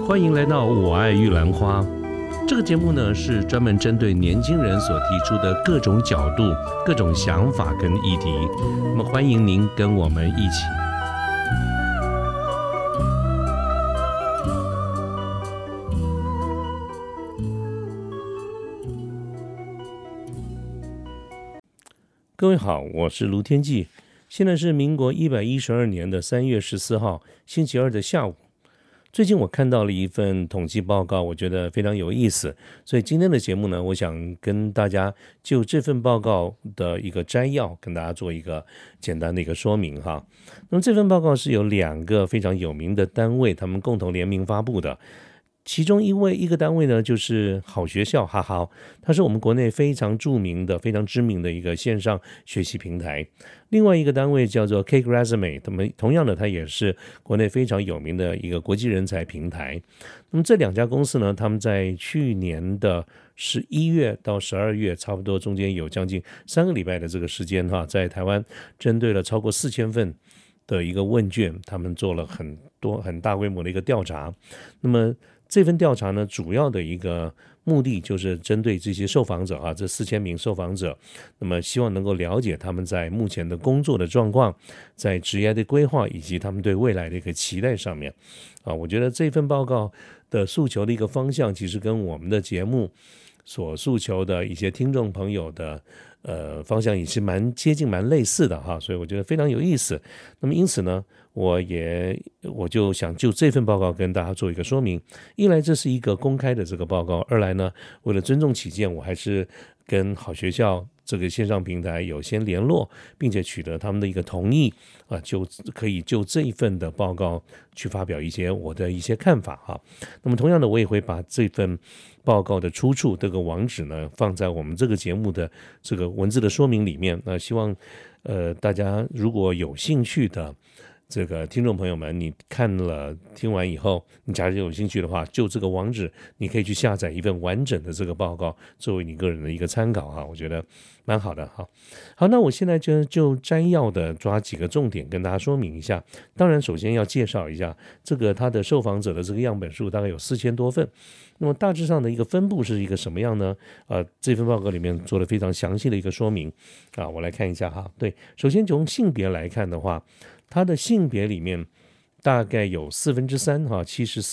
欢迎来到我爱玉兰花。这个节目呢，是专门针对年轻人所提出的各种角度、各种想法跟议题。那么欢迎您跟我们一起。各位好，我是卢天记。现在是民国112年的3月14号星期二的下午。最近我看到了一份统计报告，我觉得非常有意思，所以今天的节目呢，我想跟大家就这份报告的一个摘要跟大家做一个简单的一个说明哈。那么这份报告是由2个非常有名的单位他们共同联名发布的，其中一个单位呢，就是好学校哈好，它是我们国内非常著名的、非常知名的一个线上学习平台。另外一个单位叫做 Cake Resume， 同样的，它也是国内非常有名的一个国际人才平台。那么这2家公司呢，他们在去年的11月到12月，差不多中间有将近3个礼拜的这个时间哈，在台湾针对了超过4000份的一个问卷，他们做了很大规模的一个调查。那么这份调查呢，主要的一个目的就是针对这些受访者啊，这4000名受访者，那么希望能够了解他们在目前的工作的状况，在职业的规划以及他们对未来的一个期待上面啊，我觉得这份报告的诉求的一个方向，其实跟我们的节目所诉求的一些听众朋友的方向也是蛮接近、蛮类似的哈，所以我觉得非常有意思。那么因此呢，我就想就这份报告跟大家做一个说明。一来这是一个公开的这个报告，二来呢，为了尊重起见，我还是跟好学校这个线上平台有先联络，并且取得他们的一个同意啊，就可以就这一份的报告去发表我的一些看法哈。那么同样的，我也会把这份报告的出处这个网址呢，放在我们这个节目的这个文字的说明里面。那希望大家如果有兴趣的这个听众朋友们，你听完以后，你假如有兴趣的话，就这个网址，你可以去下载一份完整的这个报告，作为你个人的一个参考哈，我觉得蛮好的哈。好，那我现在就摘要的抓几个重点跟大家说明一下。当然，首先要介绍一下这个他的受访者的这个样本数大概有4000多份。那么大致上的一个分布是一个什么样呢？这份报告里面做了非常详细的一个说明啊，我来看一下哈。对，首先从性别来看的话，它的性别里面大概有3%哈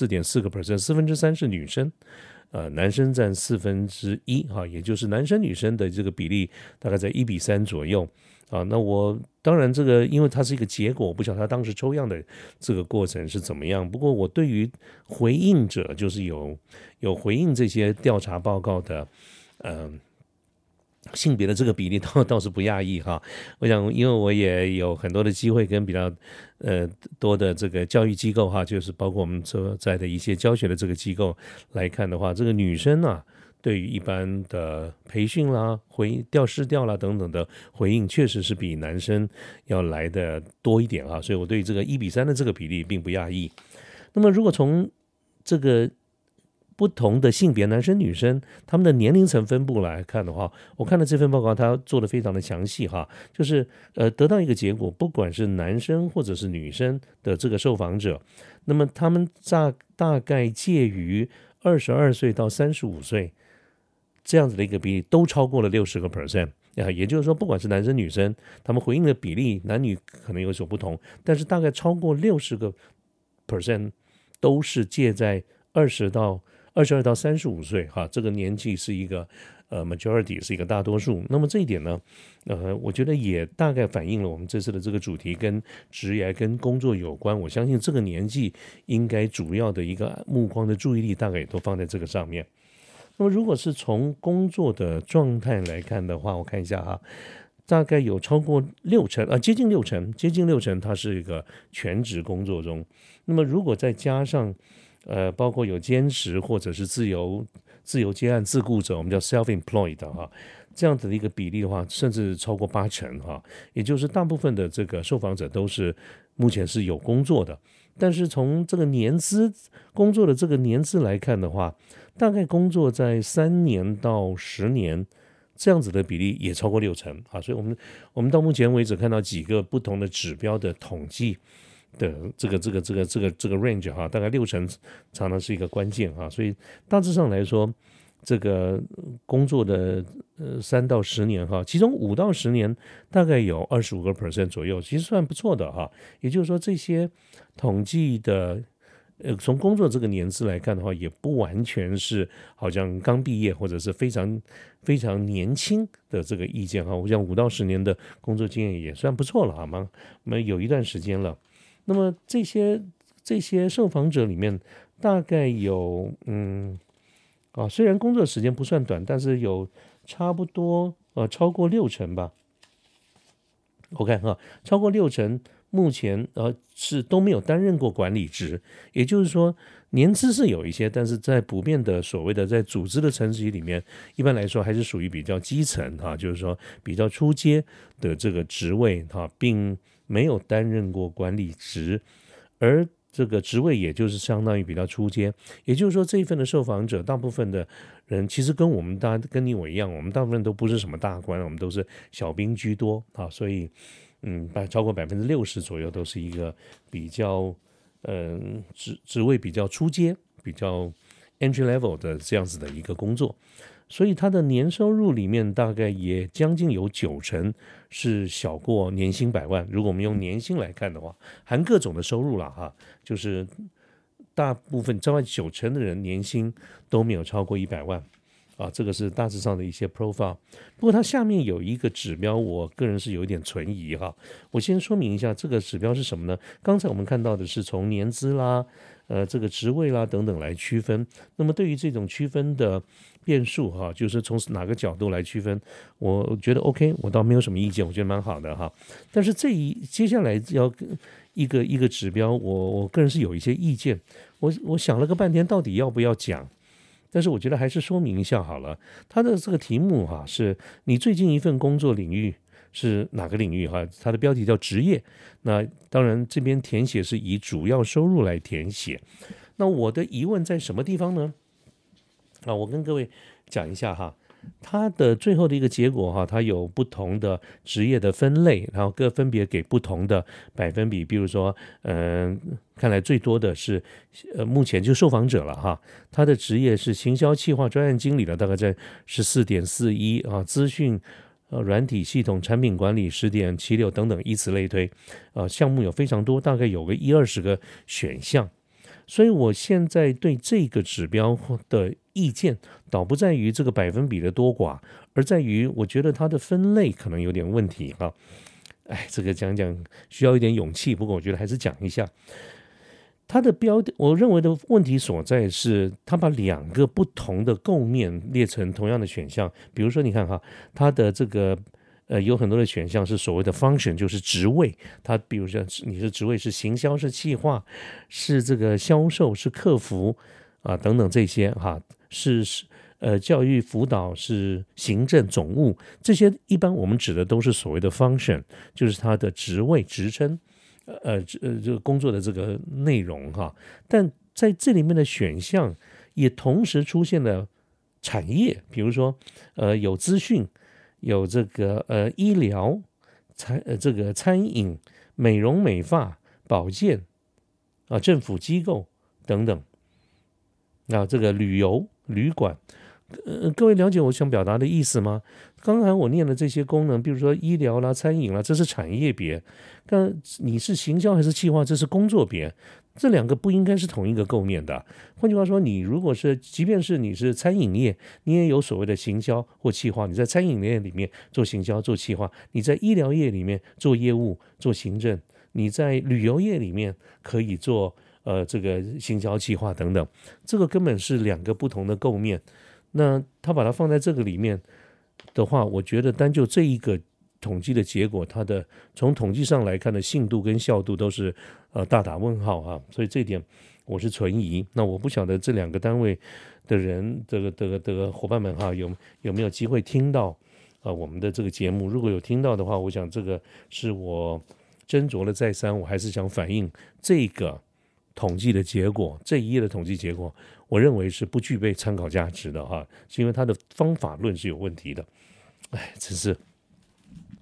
，74.4%，3%是女生，男生占1/4哈，也就是男生女生的这个比例大概在1:3左右啊。那我当然这个因为它是一个结果，我不晓得他当时抽样的这个过程是怎么样。不过我对于回应者，就是有回应这些调查报告的，性别的这个比例倒是不讶异哈。我想，因为我也有很多的机会跟比较多的这个教育机构哈，就是包括我们所在的一些教学的这个机构来看的话，这个女生啊，对于一般的培训啦、试调啦等等的回应，确实是比男生要来的多一点啊。所以我对这个1:3的这个比例并不讶异。那么如果从这个不同的性别，男生女生他们的年龄层分布来看的话，我看了这份报告，它做得非常的详细哈，就是得到一个结果，不管是男生或者是女生的这个受访者，那么他们大概介于22岁到35岁这样子的一个比例，都超过了60%。也就是说，不管是男生女生，他们回应的比例男女可能有所不同，但是大概超过60%都是介在22到35岁哈，这个年纪是一个majority， 是一个大多数。那么这一点呢，我觉得也大概反映了我们这次的这个主题跟职业跟工作有关。我相信这个年纪应该主要的一个目光的注意力大概也都放在这个上面。那么如果是从工作的状态来看的话，我看一下哈，大概有超过接近六成，它是一个全职工作中。那么如果再加上包括有兼职或者是自由接案自雇者，我们叫 self-employed 哈，这样子的一个比例的话，甚至超过80%哈，也就是大部分的这个受访者都是目前是有工作的。但是从这个工作的这个年资来看的话，大概工作在3年到10年这样子的比例也超过60%啊。所以我们到目前为止看到几个不同的指标的统计， 的这个 range 哈，大概60%常常是一个关键哈，所以大致上来说，这个工作的3到10年哈，其中5到10年大概有25% 左右，其实算不错的哈。也就是说，这些统计的从工作这个年资来看的话，也不完全是好像刚毕业或者是非常非常年轻的这个意见哈。我想5到10年的工作经验也算不错了啊，有一段时间了。那么这些受访者里面，大概有虽然工作时间不算短，但是有差不多超过60%吧。我看哈，超过60%目前是都没有担任过管理职，也就是说年资是有一些，但是在普遍的所谓的在组织的层级里面，一般来说还是属于比较基层哈，就是说比较初阶的这个职位哈，并没有担任过管理职，而这个职位也就是相当于比较初阶，也就是说这一份的受访者大部分的人其实跟你我一样，我们大部分都不是什么大官，我们都是小兵居多啊，所以超过60%左右都是一个比较职位比较初阶、比较 entry level 的这样子的一个工作。所以他的年收入里面大概也将近有90%是小过年薪100万。如果我们用年薪来看的话，含各种的收入了哈，就是大部分超过90%的人年薪都没有超过100万啊，这个是大致上的一些 profile。不过它下面有一个指标，我个人是有一点存疑哈。我先说明一下这个指标是什么呢？刚才我们看到的是从年资啦、这个职位啦等等来区分。那么对于这种区分的变数哈，就是从哪个角度来区分，我觉得 OK， 我倒没有什么意见，我觉得蛮好的哈。但是接下来要一个指标，我个人是有一些意见。我想了个半天，到底要不要讲？但是我觉得还是说明一下好了。它的这个题目哈，是你最近一份工作领域是哪个领域哈？它的标题叫职业。那当然这边填写是以主要收入来填写。那我的疑问在什么地方呢？我跟各位讲一下哈。它的最后的一个结果哈，它有不同的职业的分类，然后各分别给不同的百分比。比如说，看来最多的是目前就受访者了哈，他的职业是行销企划专案经理了，大概在14.41啊，资讯软体系统产品管理10.76等等，以此类推。项目有非常多，大概有个20个选项。所以我现在对这个指标的意见，倒不在于这个百分比的多寡，而在于我觉得它的分类可能有点问题哈。这个讲需要一点勇气，不过我觉得还是讲一下。它的我认为的问题所在是，它把2个不同的构面列成同样的选项。比如说，你看哈，它的这个有很多的选项是所谓的 function， 就是职位。它比如说你的职位是行销、是企划、是这个销售、是客服等等这些哈，是教育辅导、是行政总务，这些一般我们指的都是所谓的 function， 就是它的职位职称。这个工作的这个内容哈，但在这里面的选项也同时出现了产业，比如说有资讯，有这个医疗、这个餐饮、美容美发、保健政府机构等等这个旅游旅馆。各位了解我想表达的意思吗？刚才我念的这些功能，比如说医疗啦、餐饮啦，这是产业别；但你是行销还是企划，这是工作别。这2个不应该是同一个构面的。换句话说，你如果是，即便是你是餐饮业，你也有所谓的行销或企划。你在餐饮业里面做行销、做企划；你在医疗业里面做业务、做行政；你在旅游业里面可以做这个行销、企划等等。这个根本是2个不同的构面。那他把它放在这个里面的话，我觉得单就这一个统计的结果，它的从统计上来看的信度跟效度都是大打问号哈，所以这一点我是存疑。那我不晓得这2个单位的人，这个伙伴们哈，有没有机会听到我们的这个节目？如果有听到的话，我想这个是我斟酌了再三，我还是想反映这个统计的结果，这一页的统计结果，我认为是不具备参考价值的真是因为它的方法论是有问题的。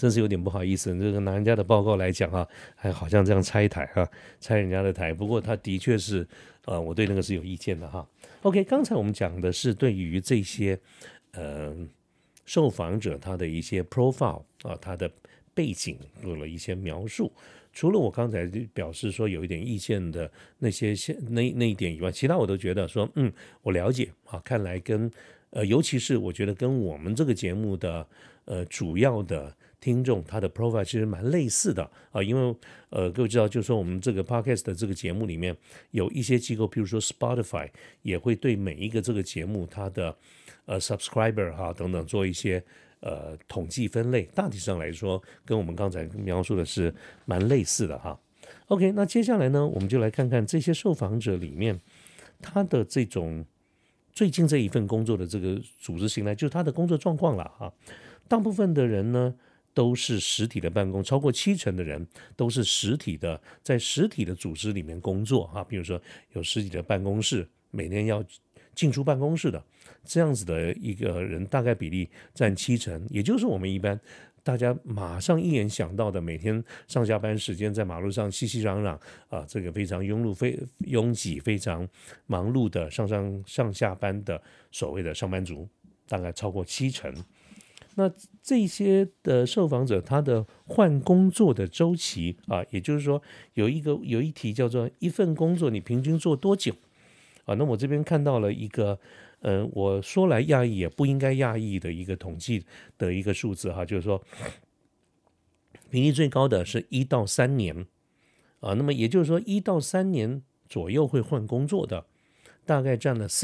真是有点不好意思，这个拿人家的报告来讲啊，还好像这样拆台啊，拆人家的台。不过他的确是，我对那个是有意见的哈。OK，刚才我们讲的是对于这些受访者他的一些 profile 啊，他的背景做了一些描述。除了我刚才表示说有一点意见的那些那一点以外，其他我都觉得说，我了解啊，看来跟尤其是我觉得跟我们这个节目的主要的听众他的 profile 其实蛮类似的啊，因为各位知道，就是说我们这个 podcast 的这个节目里面有一些机构，譬如说 Spotify 也会对每一个这个节目它的subscriber 哈等等做一些统计分类，大体上来说跟我们刚才描述的是蛮类似的哈。OK， 那接下来呢，我们就来看看这些受访者里面他的这种最近这一份工作的这个组织形态，就是他的工作状况了哈。大部分的人呢都是实体的办公，超过70%的人都是实体的，在实体的组织里面工作哈。比如说有实体的办公室，每天要进出办公室的这样子的一个人，大概比例占70%，也就是我们一般大家马上一眼想到的，每天上下班时间在马路上熙熙攘攘啊，这个非常拥挤、非常忙碌的上下班的所谓的上班族，大概超过70%。那这些的受访者，他的换工作的周期啊，也就是说有一题叫做一份工作你平均做多久啊？那我这边看到了一个我说来讶异也不应该讶异的一个统计的一个数字哈，就是说比例最高的是1到3年啊，那么也就是说1到3年左右会换工作的，大概占了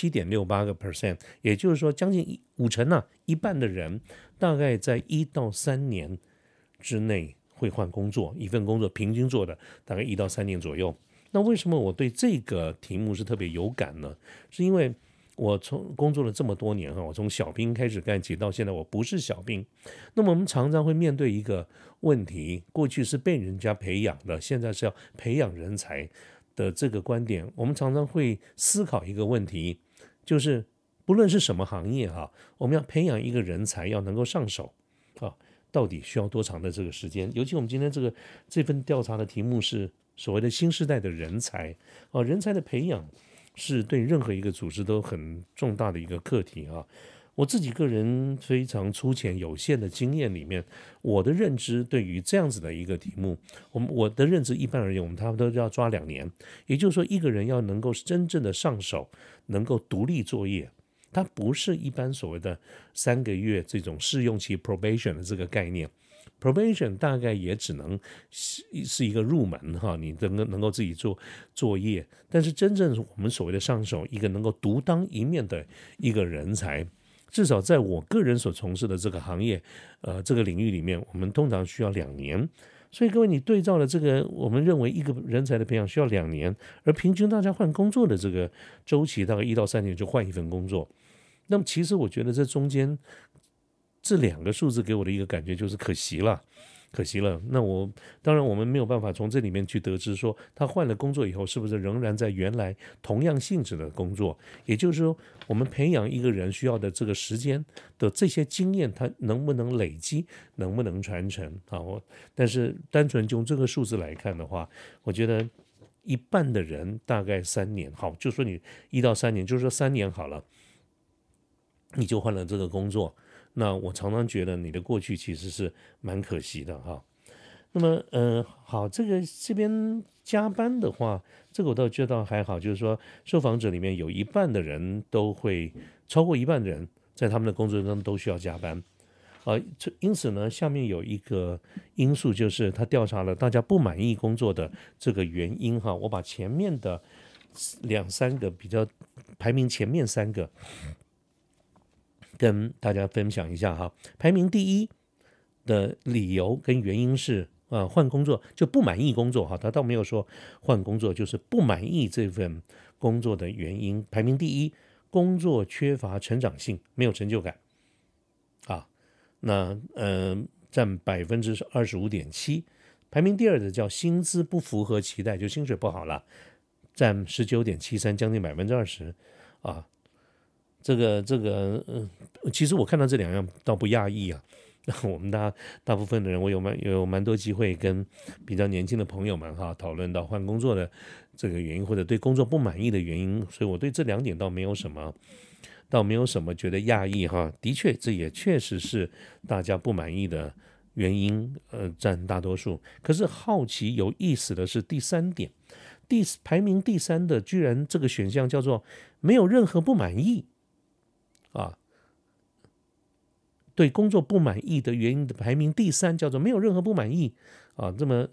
47.68%，也就是说将近50%啊，一半的人大概在1到3年之内会换工作，一份工作平均做的大概1到3年左右。那为什么我对这个题目是特别有感呢？是因为我从工作了这么多年哈，我从小兵开始干起到现在我不是小兵，那么我们常常会面对一个问题，过去是被人家培养的，现在是要培养人才的这个观点，我们常常会思考一个问题，就是不论是什么行业哈，我们要培养一个人才要能够上手啊，到底需要多长的这个时间？尤其我们今天这份调查的题目是所谓的新时代的人才啊，人才的培养是对任何一个组织都很重大的一个课题啊。我自己个人非常粗浅有限的经验里面，我的认知对于这样子的一个题目，我的认知一般而言，我们差不多要抓2年，也就是说一个人要能够真正的上手，能够独立作业，它不是一般所谓的3个月这种试用期 probation 的这个概念。probation 大概也只能是一个入门哈，你能够自己做作业，但是真正我们所谓的上手，一个能够独当一面的一个人才，至少在我个人所从事的这个行业，这个领域里面，我们通常需要2年。所以各位，你对照了这个，我们认为一个人才的培养需要2年，而平均大家换工作的这个周期大概1到3年就换一份工作。那么其实我觉得这中间这2个数字给我的一个感觉就是可惜了。那当然我们没有办法从这里面去得知说他换了工作以后是不是仍然在原来同样性质的工作，也就是说我们培养一个人需要的这个时间的这些经验，他能不能累积，能不能传承啊？但是单纯用这个数字来看的话，我觉得一半的人大概3年，好，就说你1到3年，就是说3年好了，你就换了这个工作。那我常常觉得你的过去其实是蛮可惜的哈。那么好，这边加班的话，这个我倒觉得还好，就是说受访者里面有一半的人都会，超过一半的人在他们的工作中都需要加班因此呢，下面有一个因素就是他调查了大家不满意工作的这个原因哈。我把前面的2-3个比较排名前面3个。跟大家分享一下哈，排名第1的理由跟原因是换工作就不满意工作哈，他倒没有说换工作，就是不满意这份工作的原因。排名第1，工作缺乏成长性，没有成就感啊，那占25.7%。排名第2的叫薪资不符合期待，就薪水不好了，占19.73%，将近20%啊。其实我看到这2样倒不讶异啊， 我们大部分的人，我有蛮多机会跟比较年轻的朋友们讨论到换工作的这个原因，或者对工作不满意的原因，所以我对这两点倒没有什么觉得讶异的确，这也确实是大家不满意的原因，占大多数。可是好奇有意思的是第三点，排名第三的居然这个选项叫做没有任何不满意啊。对工作不满意的原因的排名第三叫做没有任何不满意这么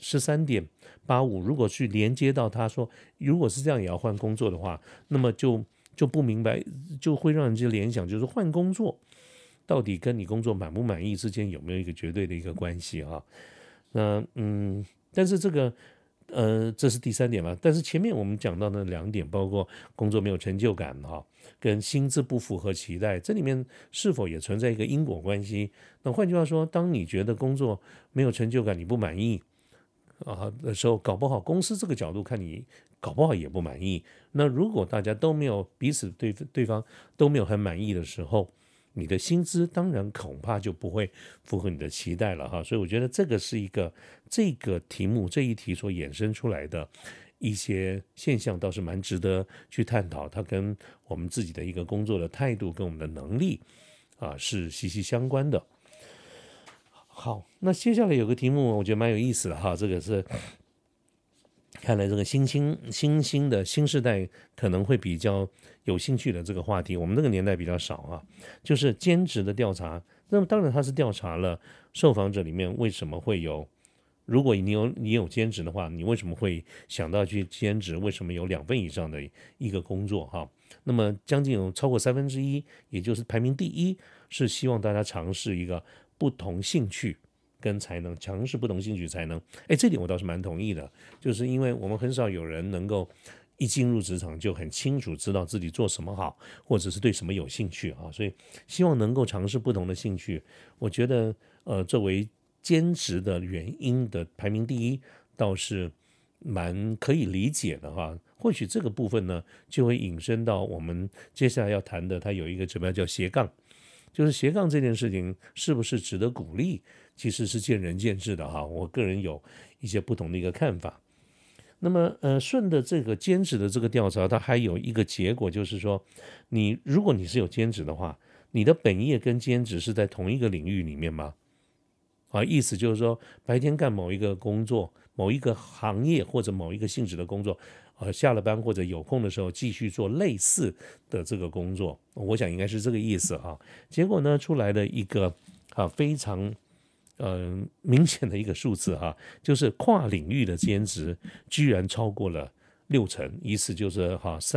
13.85，如果去连接到他说，如果是这样也要换工作的话，那么就不明白，就会让人家联想，就是换工作到底跟你工作满不满意之间有没有一个绝对的一个关系那但是这是第三点嘛？但是前面我们讲到的两点，包括工作没有成就感跟薪资不符合期待，这里面是否也存在一个因果关系？那换句话说，当你觉得工作没有成就感，你不满意的时候，搞不好公司这个角度看你，搞不好也不满意。那如果大家都没有彼此对方都没有很满意的时候，你的薪资当然恐怕就不会符合你的期待了所以我觉得这个是这个题目这一题所衍生出来的一些现象，倒是蛮值得去探讨，它跟我们自己的一个工作的态度跟我们的能力是息息相关的。好，那接下来有个题目我觉得蛮有意思的这个是看来这个新兴的新世代可能会比较有兴趣的这个话题，我们这个年代比较少就是兼职的调查。那么当然他是调查了受访者里面为什么会有，如果你有兼职的话，你为什么会想到去兼职？为什么有2份以上的一个工作那么将近有超过1/3，也就是排名第一，是希望大家尝试一个不同兴趣跟才能，尝试不同兴趣才能。这点我倒是蛮同意的，就是因为我们很少有人能够一进入职场就很清楚知道自己做什么好，或者是对什么有兴趣所以希望能够尝试不同的兴趣。我觉得作为兼职的原因的排名第一，倒是蛮可以理解的或许这个部分呢，就会引申到我们接下来要谈的，它有一个指标叫斜杠。就是斜杠这件事情是不是值得鼓励，其实是见仁见智的我个人有一些不同的一个看法。那么顺着这个兼职的这个调查，它还有一个结果，就是说如果你是有兼职的话，你的本业跟兼职是在同一个领域里面吗？意思就是说白天干某一个工作，某一个行业或者某一个性质的工作，下了班或者有空的时候继续做类似的这个工作，我想应该是这个意思结果呢，出来的一个非常明显的一个数字就是跨领域的兼职居然超过了60%，意思就是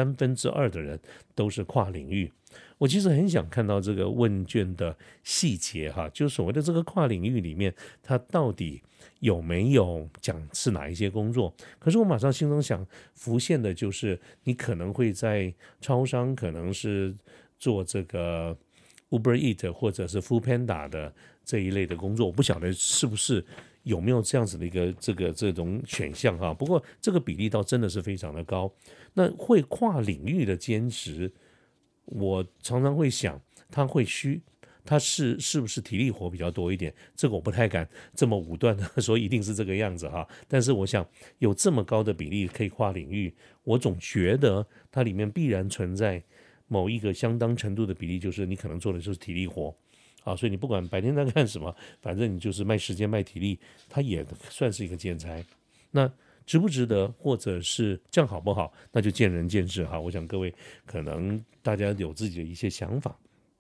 2/3的人都是跨领域。我其实很想看到这个问卷的细节就是所谓的这个跨领域里面，它到底有没有讲是哪一些工作。可是我马上心中想浮现的就是你可能会在超商可能是做这个 Uber Eat 或者是 Foodpanda 的这一类的工作，我不晓得是不是有没有这样子的一个这种选项不过这个比例倒真的是非常的高。那会跨领域的兼职，我常常会想他是不是体力活比较多一点，这个我不太敢这么武断的说一定是这个样子但是我想有这么高的比例可以跨领域，我总觉得它里面必然存在某一个相当程度的比例，就是你可能做的就是体力活所以你不管白天在干什么，反正你就是卖时间卖体力，它也算是一个兼差。那值不值得，或者是这样好不好，那就见仁见智我想各位可能大家有自己的一些想法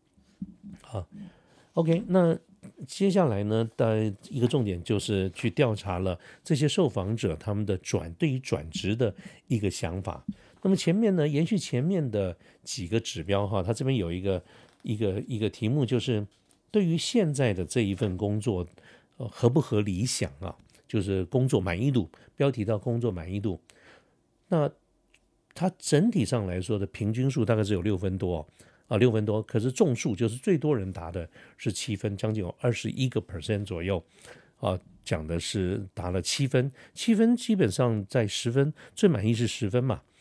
OK， 那接下来呢的一个重点就是去调查了这些受访者他们的对于转职的一个想法。那么前面呢，延续前面的几个指标它这边有一个题目，就是对于现在的这一份工作合不合理想就是工作满意度，标题到工作满意度。那它整体上来说的平均数大概只有6分多6分多，可是众数就是最多人答的是7分，将近有21% 左右讲的是答了7分，7分基本上在10分，最满意是10分嘛。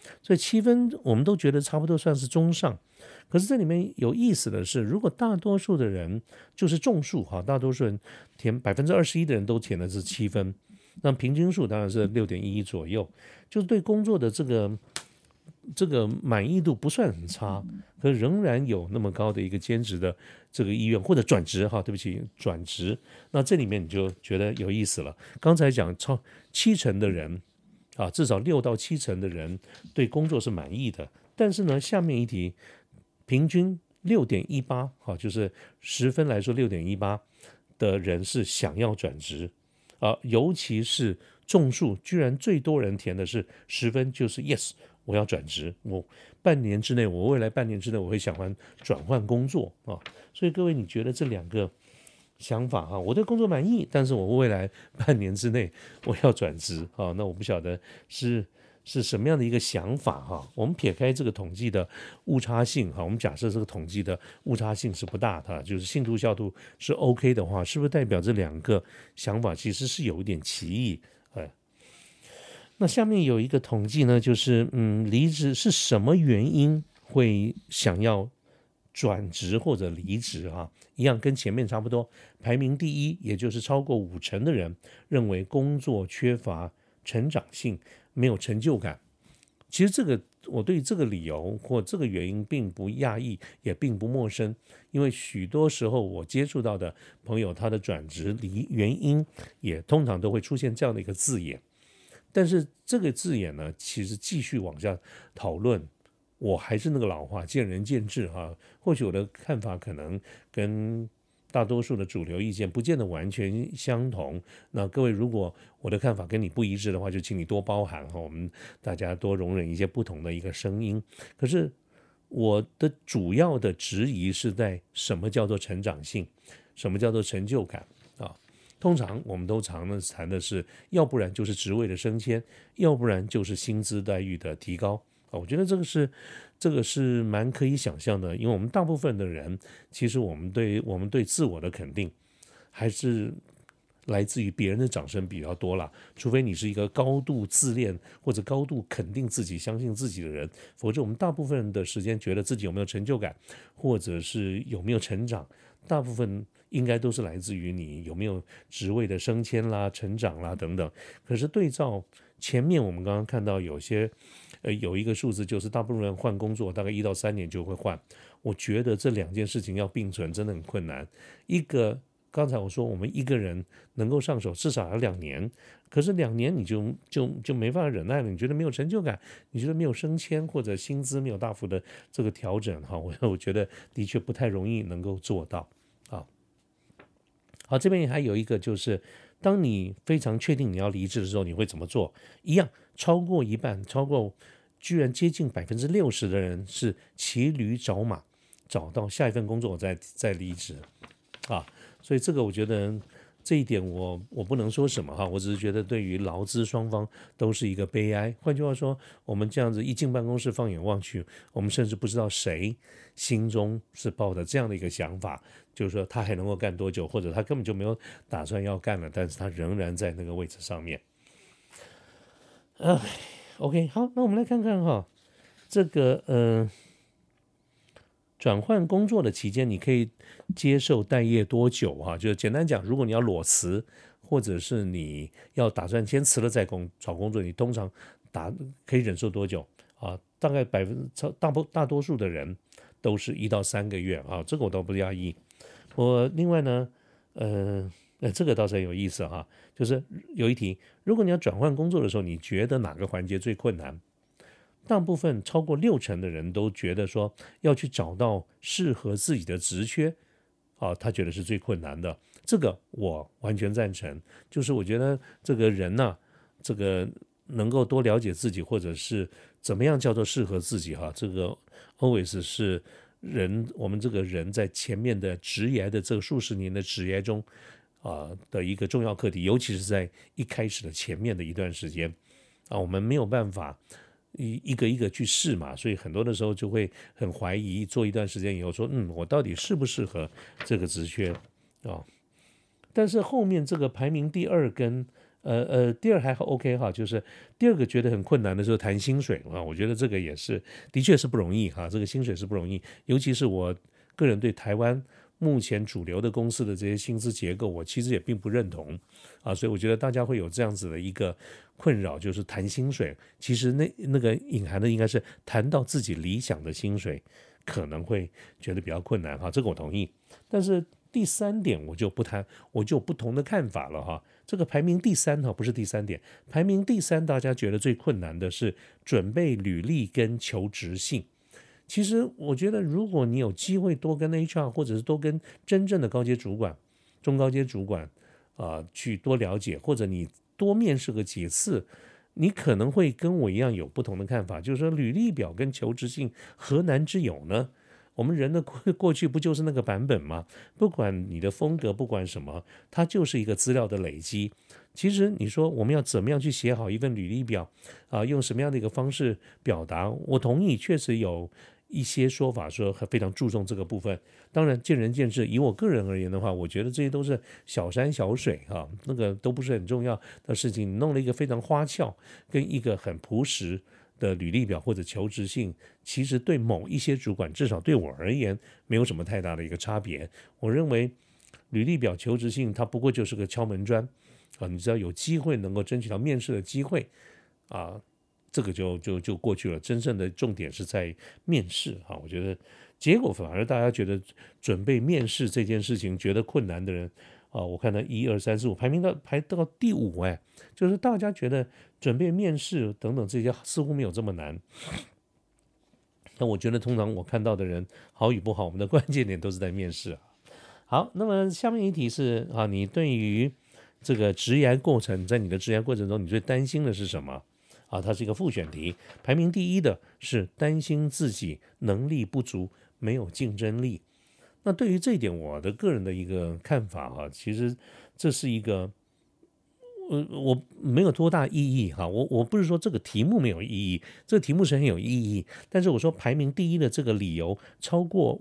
所以7分我们都觉得差不多算是中上。可是这里面有意思的是，如果大多数的人就是众数哈，大多数人填21%的人都填的是7分，那平均数当然是6.11左右，就是对工作的这个满意度不算很差，可仍然有那么高的一个兼职的这个意愿或者转职哈，对不起，转职。那这里面你就觉得有意思了。刚才讲超70%的人啊，至少6到7成的人对工作是满意的，但是呢，下面一题平均6.18，好，就是10分来说6.18的人是想要转职啊，尤其是众数居然最多人填的是10分，就是 yes。我要转职，我未来半年之内我会想转换工作啊，所以各位你觉得这两个想法哈，我对工作满意，但是我未来半年之内我要转职啊，那我不晓得是什么样的一个想法哈。我们撇开这个统计的误差性哈，我们假设这个统计的误差性是不大的，就是信度效度是 OK 的话，是不是代表这两个想法其实是有一点歧义？那下面有一个统计呢，就是离职是什么原因会想要转职或者离职啊？一样跟前面差不多，排名第一，也就是超过50%的人认为工作缺乏成长性，没有成就感。其实我对这个理由或这个原因并不讶异，也并不陌生，因为许多时候我接触到的朋友，他的转职原因也通常都会出现这样的一个字眼。但是这个字眼呢，其实继续往下讨论，我还是那个老话，见仁见智哈。或许我的看法可能跟大多数的主流意见不见得完全相同。那各位，如果我的看法跟你不一致的话，就请你多包涵哈，我们大家多容忍一些不同的一个声音。可是我的主要的质疑是在什么叫做成长性，什么叫做成就感啊？通常我们都常谈的是，要不然就是职位的升迁，要不然就是薪资待遇的提高啊。我觉得这个是蛮可以想象的，因为我们大部分的人，其实我们对自我的肯定还是来自于别人的掌声比较多啦，除非你是一个高度自恋或者高度肯定自己、相信自己的人，否则我们大部分的时间觉得自己有没有成就感，或者是有没有成长，大部分应该都是来自于你有没有职位的升迁啦、成长啦等等。可是对照前面我们刚刚看到有一个数字，就是大部分人换工作大概1到3年就会换，我觉得这两件事情要并存真的很困难。刚才我说我们一个人能够上手至少要2年，可是2年你就没办法忍耐了，你觉得没有成就感，你觉得没有升迁或者薪资没有大幅的这个调整哈，我觉得的确不太容易能够做到啊。好，这边还有一个就是，当你非常确定你要离职的时候，你会怎么做？一样，超过一半，居然接近60%的人是骑驴找马，找到下一份工作再离职啊。所以这个我觉得这一点我不能说什么哈，我只是觉得对于劳资双方都是一个悲哀。换句话说，我们这样子一进办公室放眼望去，我们甚至不知道谁心中是抱着这样的一个想法，就是说他还能够干多久，或者他根本就没有打算要干了，但是他仍然在那个位置上面。OK， 好，那我们来看看哈，这个转换工作的期间，你可以接受待业多久哈？就是简单讲，如果你要裸辞，或者是你要打算先辞了再找工作，你通常可以忍受多久啊？大概大多数的人都是1到3个月啊，这个我倒不讶异。另外呢，这个倒是很有意思哈，就是有一题，如果你要转换工作的时候，你觉得哪个环节最困难？大部分超过60%的人都觉得说要去找到适合自己的职缺啊，他觉得是最困难的。这个我完全赞成，就是我觉得这个人呢，这个能够多了解自己，或者是怎么样叫做适合自己哈，这个 always 是我们这个人在前面的职业的这个数十年的职业中的一个重要课题，尤其是在一开始的前面的一段时间啊，我们没有办法一个一个去试嘛，所以很多的时候就会很怀疑，做一段时间以后说，我到底适不适合这个职缺啊？但是后面这个排名第2跟第二还 OK 哈，就是第二个觉得很困难的时候谈薪水啊，我觉得这个也是的确是不容易哈，这个薪水是不容易，尤其是我个人对台湾目前主流的公司的这些薪资结构，我其实也并不认同啊，所以我觉得大家会有这样子的一个困扰，就是谈薪水，其实那个隐含的应该是谈到自己理想的薪水，可能会觉得比较困难哈，这个我同意，但是第三点我就不谈，我就有不同的看法了哈。这个排名第三哈，不是第三点，排名第三，大家觉得最困难的是准备履历跟求职信。其实我觉得，如果你有机会多跟 HR 或者是多跟真正的高阶主管、中高阶主管去多了解，或者你多面试个几次，你可能会跟我一样有不同的看法，就是说履历表跟求职信何难之有呢？我们人的过去不就是那个版本吗？不管你的风格，不管什么，它就是一个资料的累积。其实你说我们要怎么样去写好一份履历表用什么样的一个方式表达？我同意，确实有一些说法说非常注重这个部分。当然见仁见智。以我个人而言的话，我觉得这些都是小山小水那个都不是很重要的事情。你弄了一个非常花俏，跟一个很朴实的履历表或者求职信，其实对某一些主管，至少对我而言，没有什么太大的一个差别。我认为履历表、求职信，它不过就是个敲门砖你只要有机会能够争取到面试的机会这个就过去了。真正的重点是在面试我觉得结果反而大家觉得准备面试这件事情觉得困难的人我看到1、2、3、4、5排到第5就是大家觉得准备面试等等这些似乎没有这么难。但我觉得通常我看到的人好与不好，我们的关键点都是在面试好，那么下面一题是你对于这个职涯过程，在你的职涯过程中，你最担心的是什么？它是一个复选题，排名第一的是担心自己能力不足，没有竞争力。那对于这一点，我的个人的一个看法其实这是一个我没有多大意义我不是说这个题目没有意义，这个题目是很有意义，但是我说排名第一的这个理由，超过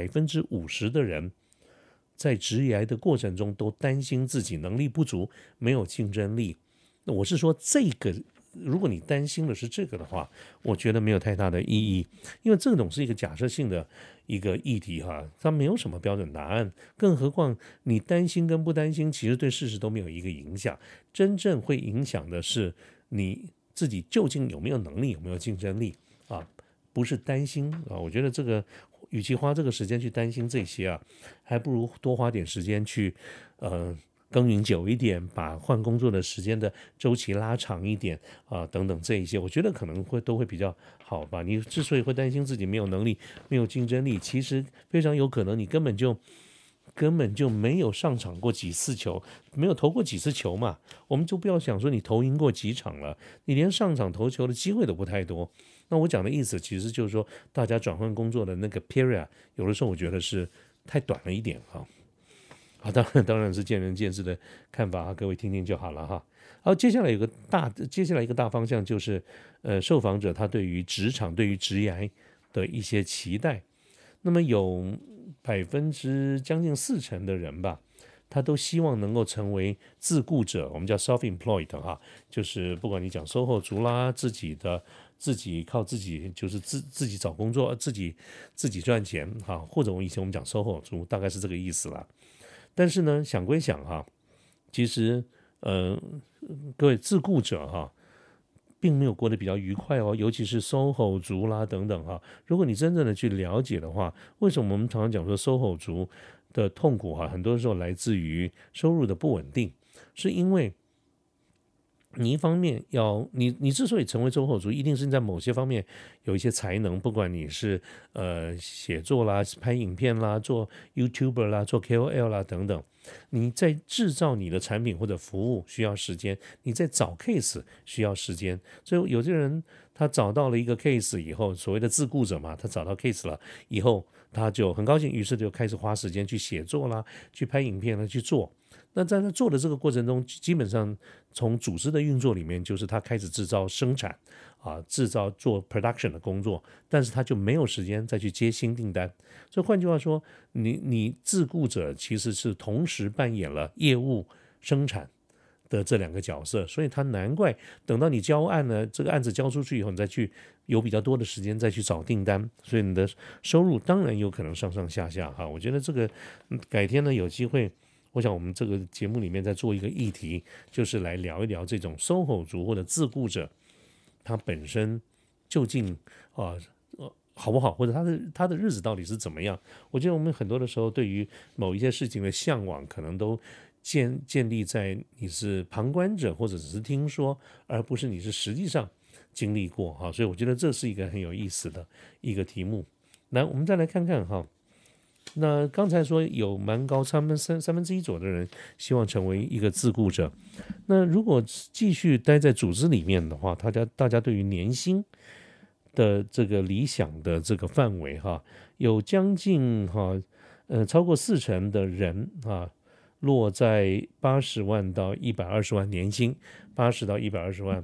50%的人在职业的过程中都担心自己能力不足，没有竞争力。那我是说这个，如果你担心的是这个的话，我觉得没有太大的意义，因为这种是一个假设性的一个议题它没有什么标准答案，更何况你担心跟不担心，其实对事实都没有一个影响，真正会影响的是你自己究竟有没有能力，有没有竞争力不是担心我觉得这个与其花这个时间去担心这些还不如多花点时间去耕耘久一点，把换工作的时间的周期拉长一点等等这一些，我觉得可能都会比较好吧。你之所以会担心自己没有能力、没有竞争力，其实非常有可能你根本就没有上场过几次球，没有投过几次球嘛。我们就不要想说你投赢过几场了，你连上场投球的机会都不太多。那我讲的意思其实就是说，大家转换工作的那个 period， 有的时候我觉得是太短了一点当然是见仁见智的看法各位听听就好了好，接下来一个大方向就是受访者他对于职场、对于职业的一些期待。那么有将近40%的人吧，他都希望能够成为自雇者，我们叫 self-employed 就是不管你讲 SOHO 族啦，自己靠自己，就是自己找工作，自己赚钱或者以前我们讲 SOHO 族，大概是这个意思啦。但是呢，想归想其实各位自雇者并没有过得比较愉快尤其是 SOHO 族啦等等如果你真正的去了解的话，为什么我们常常讲说 SOHO 族的痛苦很多时候来自于收入的不稳定，是因为你一方面你之所以成为周后族，一定是在某些方面有一些才能，不管你是写作啦、拍影片啦、做 YouTuber 啦、做 KOL 啦等等，你在制造你的产品或者服务需要时间，你在找 case 需要时间，所以有些人他找到了一个 case 以后，所谓的自雇者嘛，他找到 case 了以后，他就很高兴，于是就开始花时间去写作啦、去拍影片啦、去做。那在他做的这个过程中，基本上从组织的运作里面，就是他开始制造生产制造做 production 的工作，但是他就没有时间再去接新订单。所以换句话说，你自雇者其实是同时扮演了业务、生产的这两个角色，所以他难怪等到你交案呢，这个案子交出去以后，你再去有比较多的时间再去找订单，所以你的收入当然有可能上上下下哈。我觉得这个改天呢有机会，我想我们这个节目里面再做一个议题，就是来聊一聊这种 SOHO 族或者自雇者，他本身究竟啊。好不好，或者他的日子到底是怎么样？我觉得我们很多的时候对于某一些事情的向往，可能都建立在你是旁观者或者只是听说，而不是你是实际上经历过哈。所以我觉得这是一个很有意思的一个题目。来，我们再来看看哈。那刚才说有蛮高三分之一左右的人希望成为一个自雇者，那如果继续待在组织里面的话，大家对于年薪的这个理想的这个范围哈，有将近超过40%的人落在80万到120万年薪，80到120万。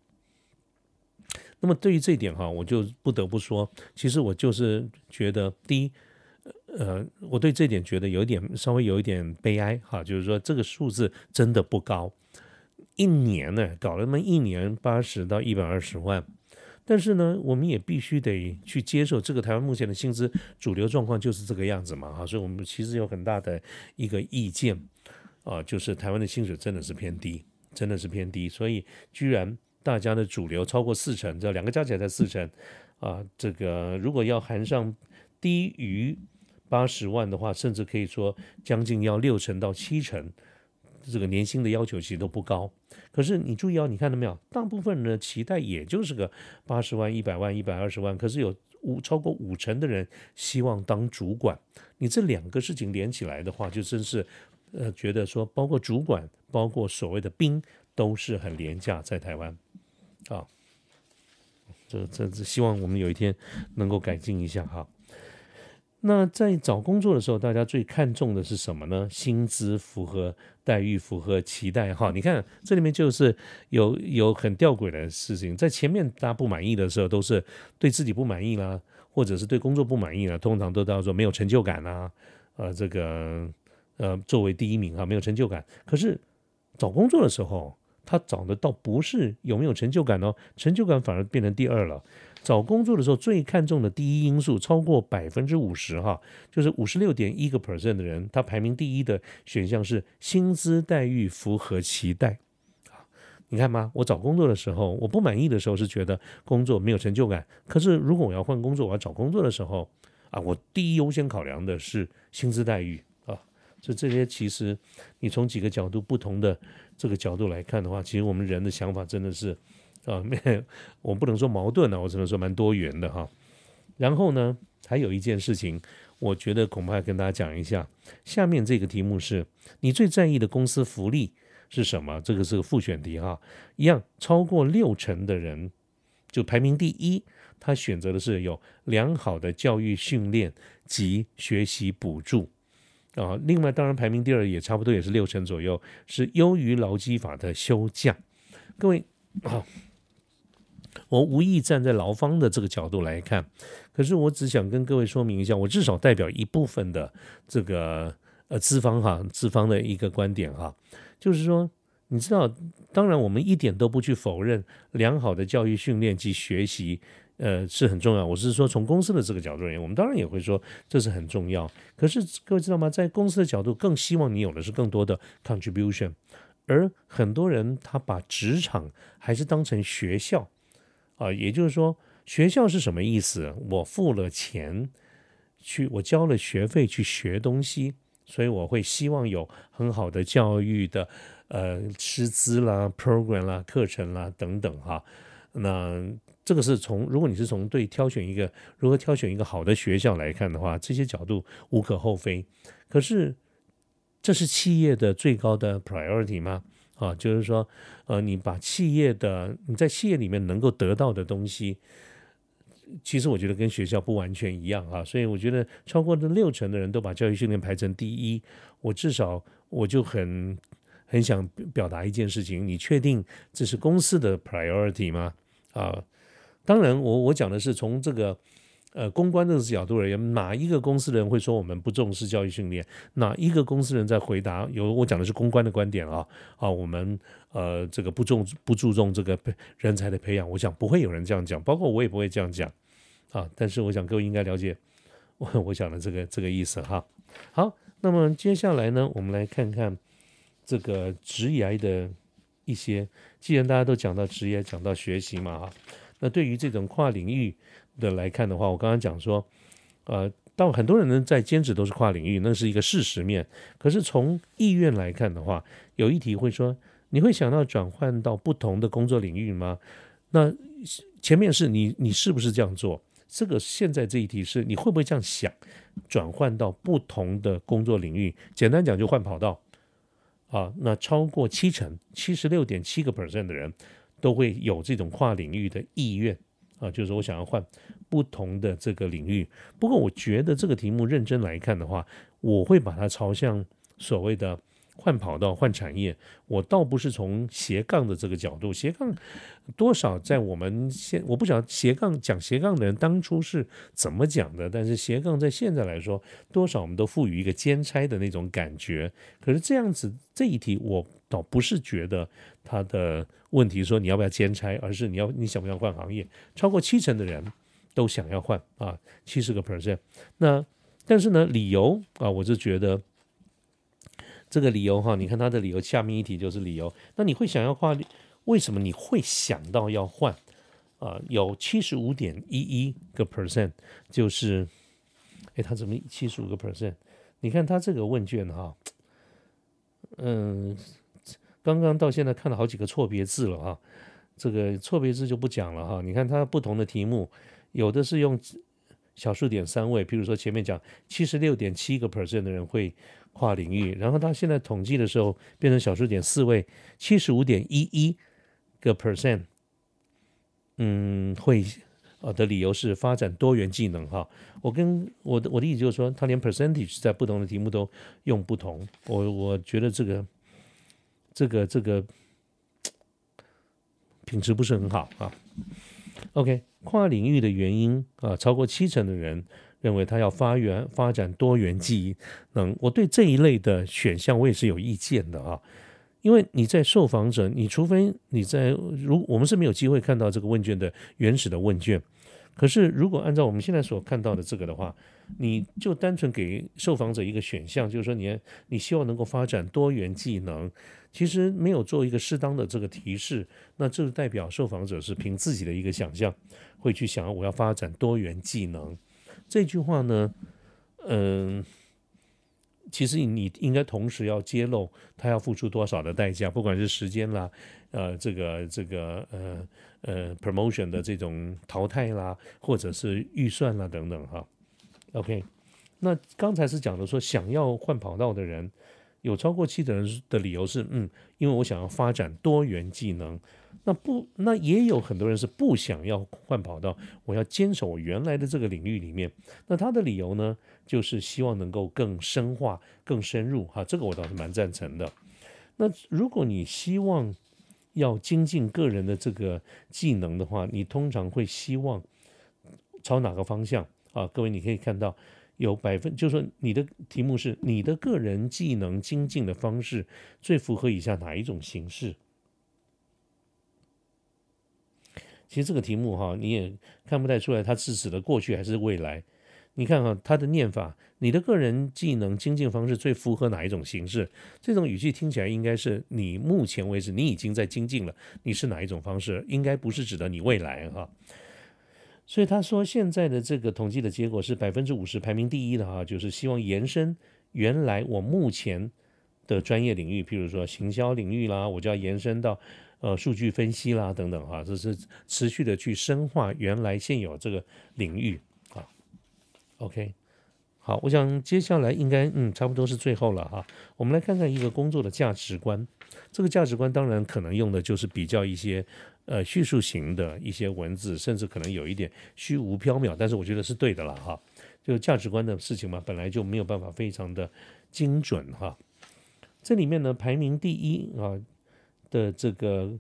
那么对于这一点哈，我就不得不说，其实我就是觉得，第一，我对这点觉得稍微有一点悲哀哈，就是说这个数字真的不高，一年呢搞了那么一年80到120万。但是呢，我们也必须得去接受这个台湾目前的薪资主流状况就是这个样子嘛，所以我们其实有很大的一个意见就是台湾的薪水真的是偏低，真的是偏低，所以居然大家的主流超过40%，这两个加起来才40%这个如果要含上低于80万的话，甚至可以说将近要60%到70%。这个年薪的要求其实都不高，可是你注意你看到没有？大部分人的期待也就是个80万、100万、120万，可是有超过50%的人希望当主管。你这两个事情连起来的话，就真是觉得说，包括主管，包括所谓的兵，都是很廉价在台湾啊。这希望我们有一天能够改进一下哈。那在找工作的时候，大家最看重的是什么呢？薪资符合待遇，符合期待哈。你看这里面就是有很吊诡的事情，在前面大家不满意的时候，都是对自己不满意啦，或者是对工作不满意啦，通常都叫做没有成就感啊，作为第一名没有成就感。可是找工作的时候，他找的倒不是有没有成就感成就感反而变成第二了。找工作的时候最看重的第一因素超过50%就是56.1%的人，他排名第一的选项是薪资待遇符合期待。你看吗？我找工作的时候，我不满意的时候是觉得工作没有成就感，可是如果我要换工作，我要找工作的时候我第一优先考量的是薪资待遇这些其实你从几个角度不同的这个角度来看的话，其实我们人的想法真的是我不能说矛盾我只能说蛮多元的哈。然后呢，还有一件事情，我觉得恐怕跟大家讲一下。下面这个题目是你最在意的公司福利是什么？这个是个复选题一样超过60%的人就排名第一，他选择的是有良好的教育训练及学习补助另外当然排名第二也差不多也是60%左右，是优于劳基法的休假。各位我无意站在劳方的这个角度来看，可是我只想跟各位说明一下，我至少代表一部分的这个资方的一个观点就是说，你知道，当然我们一点都不去否认良好的教育训练及学习是很重要。我是说从公司的这个角度而言，我们当然也会说这是很重要。可是各位知道吗？在公司的角度，更希望你有的是更多的 contribution， 而很多人他把职场还是当成学校也就是说，学校是什么意思？我付了钱我交了学费去学东西，所以我会希望有很好的教育的师资啦、program 啦、课程啦等等那这个是如果你是从如何挑选一个好的学校来看的话，这些角度无可厚非。可是这是企业的最高的 priority 吗？就是说你在企业里面能够得到的东西，其实我觉得跟学校不完全一样所以我觉得超过这60%的人都把教育训练排成第一，至少我就很想表达一件事情，你确定这是公司的 priority 吗？当然我讲的是从这个公关的角度而言，哪一个公司的人会说我们不重视教育训练？哪一个公司人在回答？我讲的是公关的观点我们这个不注重这个人才的培养，我想不会有人这样讲，包括我也不会这样讲但是我想各位应该了解我讲的这个意思哈。好，那么接下来呢，我们来看看这个职涯的一些，既然大家都讲到职业，讲到学习嘛那对于这种跨领域的来看的话，我刚刚讲说，到很多人呢在兼职都是跨领域，那是一个事实面。可是从意愿来看的话，有一题会说，你会想到转换到不同的工作领域吗？那前面是你是不是这样做？这个现在这一题是你会不会这样想，转换到不同的工作领域？简单讲就换跑道那超过70%，76.7% 的人都会有这种跨领域的意愿就是我想要换不同的这个领域。不过我觉得这个题目认真来看的话，我会把它朝向所谓的换跑道、换产业。我倒不是从斜杠的这个角度，斜杠多少在我们我不晓得讲斜杠的人当初是怎么讲的，但是斜杠在现在来说，多少我们都赋予一个兼差的那种感觉。可是这样子这一题，我倒不是觉得他的问题说你要不要兼差，而是你想不想换行业？超过70%的人都想要换70%。那但是呢，理由我就觉得。这个理由你看他的理由，下面一题就是理由。那你会想要换，为什么你会想到要换有75.11%，就是他怎么75%？你看他这个问卷刚刚到现在看了好几个错别字了这个错别字就不讲了你看它不同的题目，有的是用小数点3位，譬如说前面讲76.7% 的人会跨领域，然后他现在统计的时候变成小数点4位，75.11%会的理由是发展多元技能我的意思就是说，他连 percentage 在不同的题目都用不同，我觉得这个品质不是很好OK， 跨领域的原因超过70%的人认为他要发展多元技能。我对这一类的选项我也是有意见的因为你在受访者，你除非你我们是没有机会看到这个问卷的原始的问卷，可是如果按照我们现在所看到的这个的话，你就单纯给受访者一个选项，就是说你希望能够发展多元技能，其实没有做一个适当的这个提示，那这代表受访者是凭自己的一个想象会去想我要发展多元技能。这句话呢其实你应该同时要揭露他要付出多少的代价，不管是时间啦，promotion 的这种淘汰啦，或者是预算啦等等OK， 那刚才是讲的说想要换跑道的人，有超过7%的人的理由是因为我想要发展多元技能。那也有很多人是不想要换跑道，我要坚守我原来的这个领域里面。那他的理由呢，就是希望能够更深化、更深入这个我倒是蛮赞成的。那如果你希望要精进个人的这个技能的话，你通常会希望朝哪个方向各位你可以看到就是说你的题目是你的个人技能精进的方式最符合以下哪一种形式？其实这个题目你也看不太出来它是指的过去还是未来。你看它的念法，你的个人技能精进方式最符合哪一种形式？这种语气听起来应该是你目前为止你已经在精进了，你是哪一种方式？应该不是指的你未来所以他说现在的这个统计的结果是50%排名第一的就是希望延伸原来我目前的专业领域，譬如说行销领域啦，我就要延伸到数据分析啦等等这是持续的去深化原来现有这个领域OK， 好，我想接下来应该差不多是最后了我们来看看一个工作的价值观。这个价值观当然可能用的就是比较一些叙述型的一些文字，甚至可能有一点虚无缥缈，但是我觉得是对的了就价值观的事情嘛，本来就没有办法非常的精准这里面呢排名第一的这个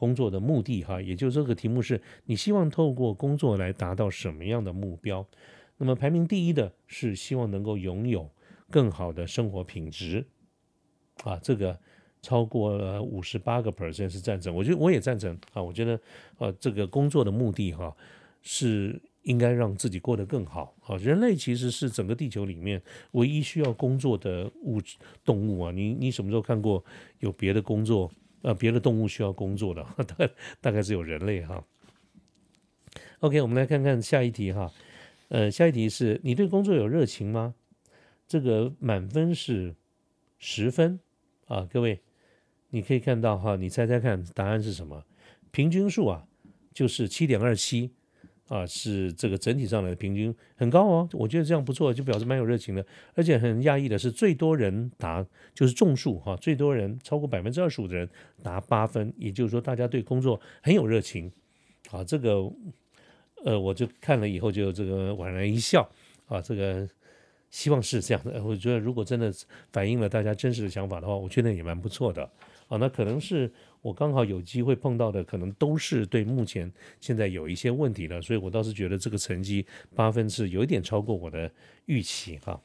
工作的目的哈，也就是这个题目是你希望透过工作来达到什么样的目标？那么排名第一的是希望能够拥有更好的生活品质啊，这个超过了58%是赞成，我觉得我也赞成啊，我觉得这个工作的目的哈是应该让自己过得更好啊。人类其实是整个地球里面唯一需要工作的动物啊，你什么时候看过有别的工作别的动物需要工作的？大概只有人类哈。OK， 我们来看看下一题哈。下一题是你对工作有热情吗？这个满分是10分啊，各位，你可以看到哈，你猜猜看答案是什么？平均数啊，就是7.27啊，是这个整体上来的平均很高哦，我觉得这样不错，就表示蛮有热情的，而且很讶异的是，最多人答就是众数哈，最多人超过25%的人答8分，也就是说大家对工作很有热情啊，这个我就看了以后就这个莞然一笑啊，这个希望是这样的。我觉得如果真的反映了大家真实的想法的话，我觉得也蛮不错的啊。那可能是我刚好有机会碰到的，可能都是对目前现在有一些问题的，所以我倒是觉得这个成绩8分是有一点超过我的预期哈。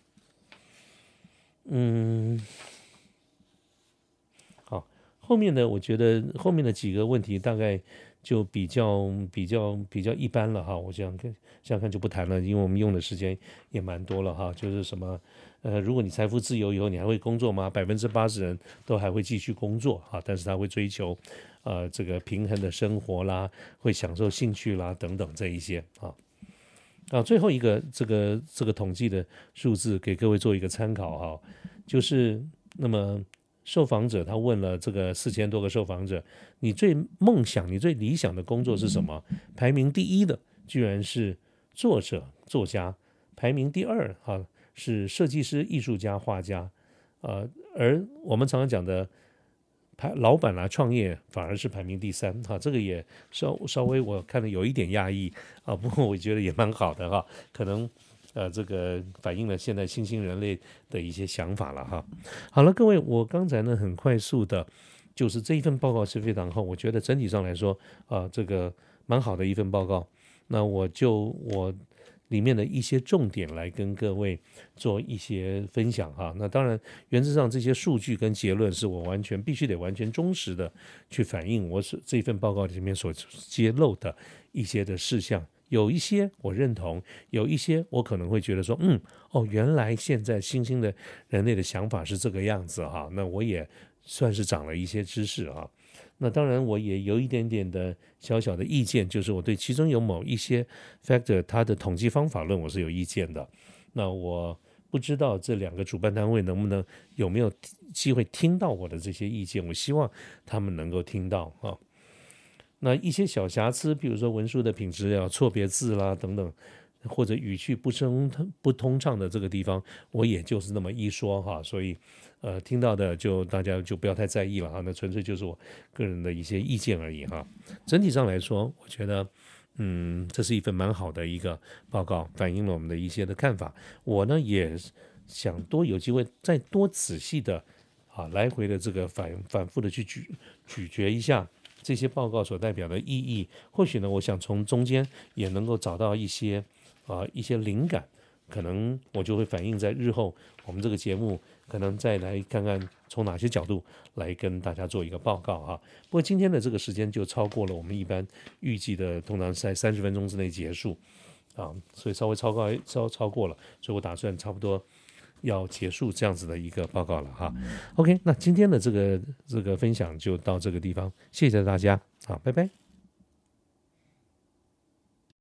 好，后面的我觉得后面的几个问题大概就比较一般了哈，我这样看就不谈了，因为我们用的时间也蛮多了哈。就是什么如果你财富自由以后，你还会工作吗？80%人都还会继续工作哈，但是他会追求这个平衡的生活啦，会享受兴趣啦等等这一些啊。最后一个这个统计的数字给各位做一个参考哈，就是那么。受访者他问了这个4000多个受访者，你最梦想、你最理想的工作是什么？排名第一的居然是作者、作家，排名第二是设计师、艺术家、画家，而我们常常讲的老板创业反而是排名第三这个也稍微我看了有一点讶异不过我觉得也蛮好的可能。这个反映了现在新兴人类的一些想法了哈。好了，各位，我刚才呢很快速的，就是这一份报告是非常好，我觉得整体上来说这个蛮好的一份报告。那我里面的一些重点来跟各位做一些分享哈。那当然，原则上这些数据跟结论是我必须得完全忠实的去反映我这份报告里面所揭露的一些的事项。有一些我认同，有一些我可能会觉得说，原来现在新兴的人类的想法是这个样子哈，那我也算是长了一些知识哈。那当然我也有一点点的小小的意见，就是我对其中有某一些 factor 它的统计方法论我是有意见的。那我不知道这两个主办单位有没有机会听到我的这些意见，我希望他们能够听到那一些小瑕疵，比如说文书的品质错别字啦等等，或者语句不通畅的这个地方，我也就是那么一说所以听到的大家就不要太在意了那纯粹就是我个人的一些意见而已整体上来说，我觉得这是一份蛮好的一个报告，反映了我们的一些的看法。我呢也想有机会再多仔细的来回的这个反复的去咀嚼一下这些报告所代表的意义，或许呢，我想从中间也能够找到一些灵感，可能我就会反映在日后我们这个节目，可能再来看看从哪些角度来跟大家做一个报告不过今天的这个时间就超过了我们一般预计的，通常在30分钟之内结束所以稍微超过了，所以我打算差不多要结束这样子的一个报告了OK， 那今天的这个分享就到这个地方，谢谢大家拜拜。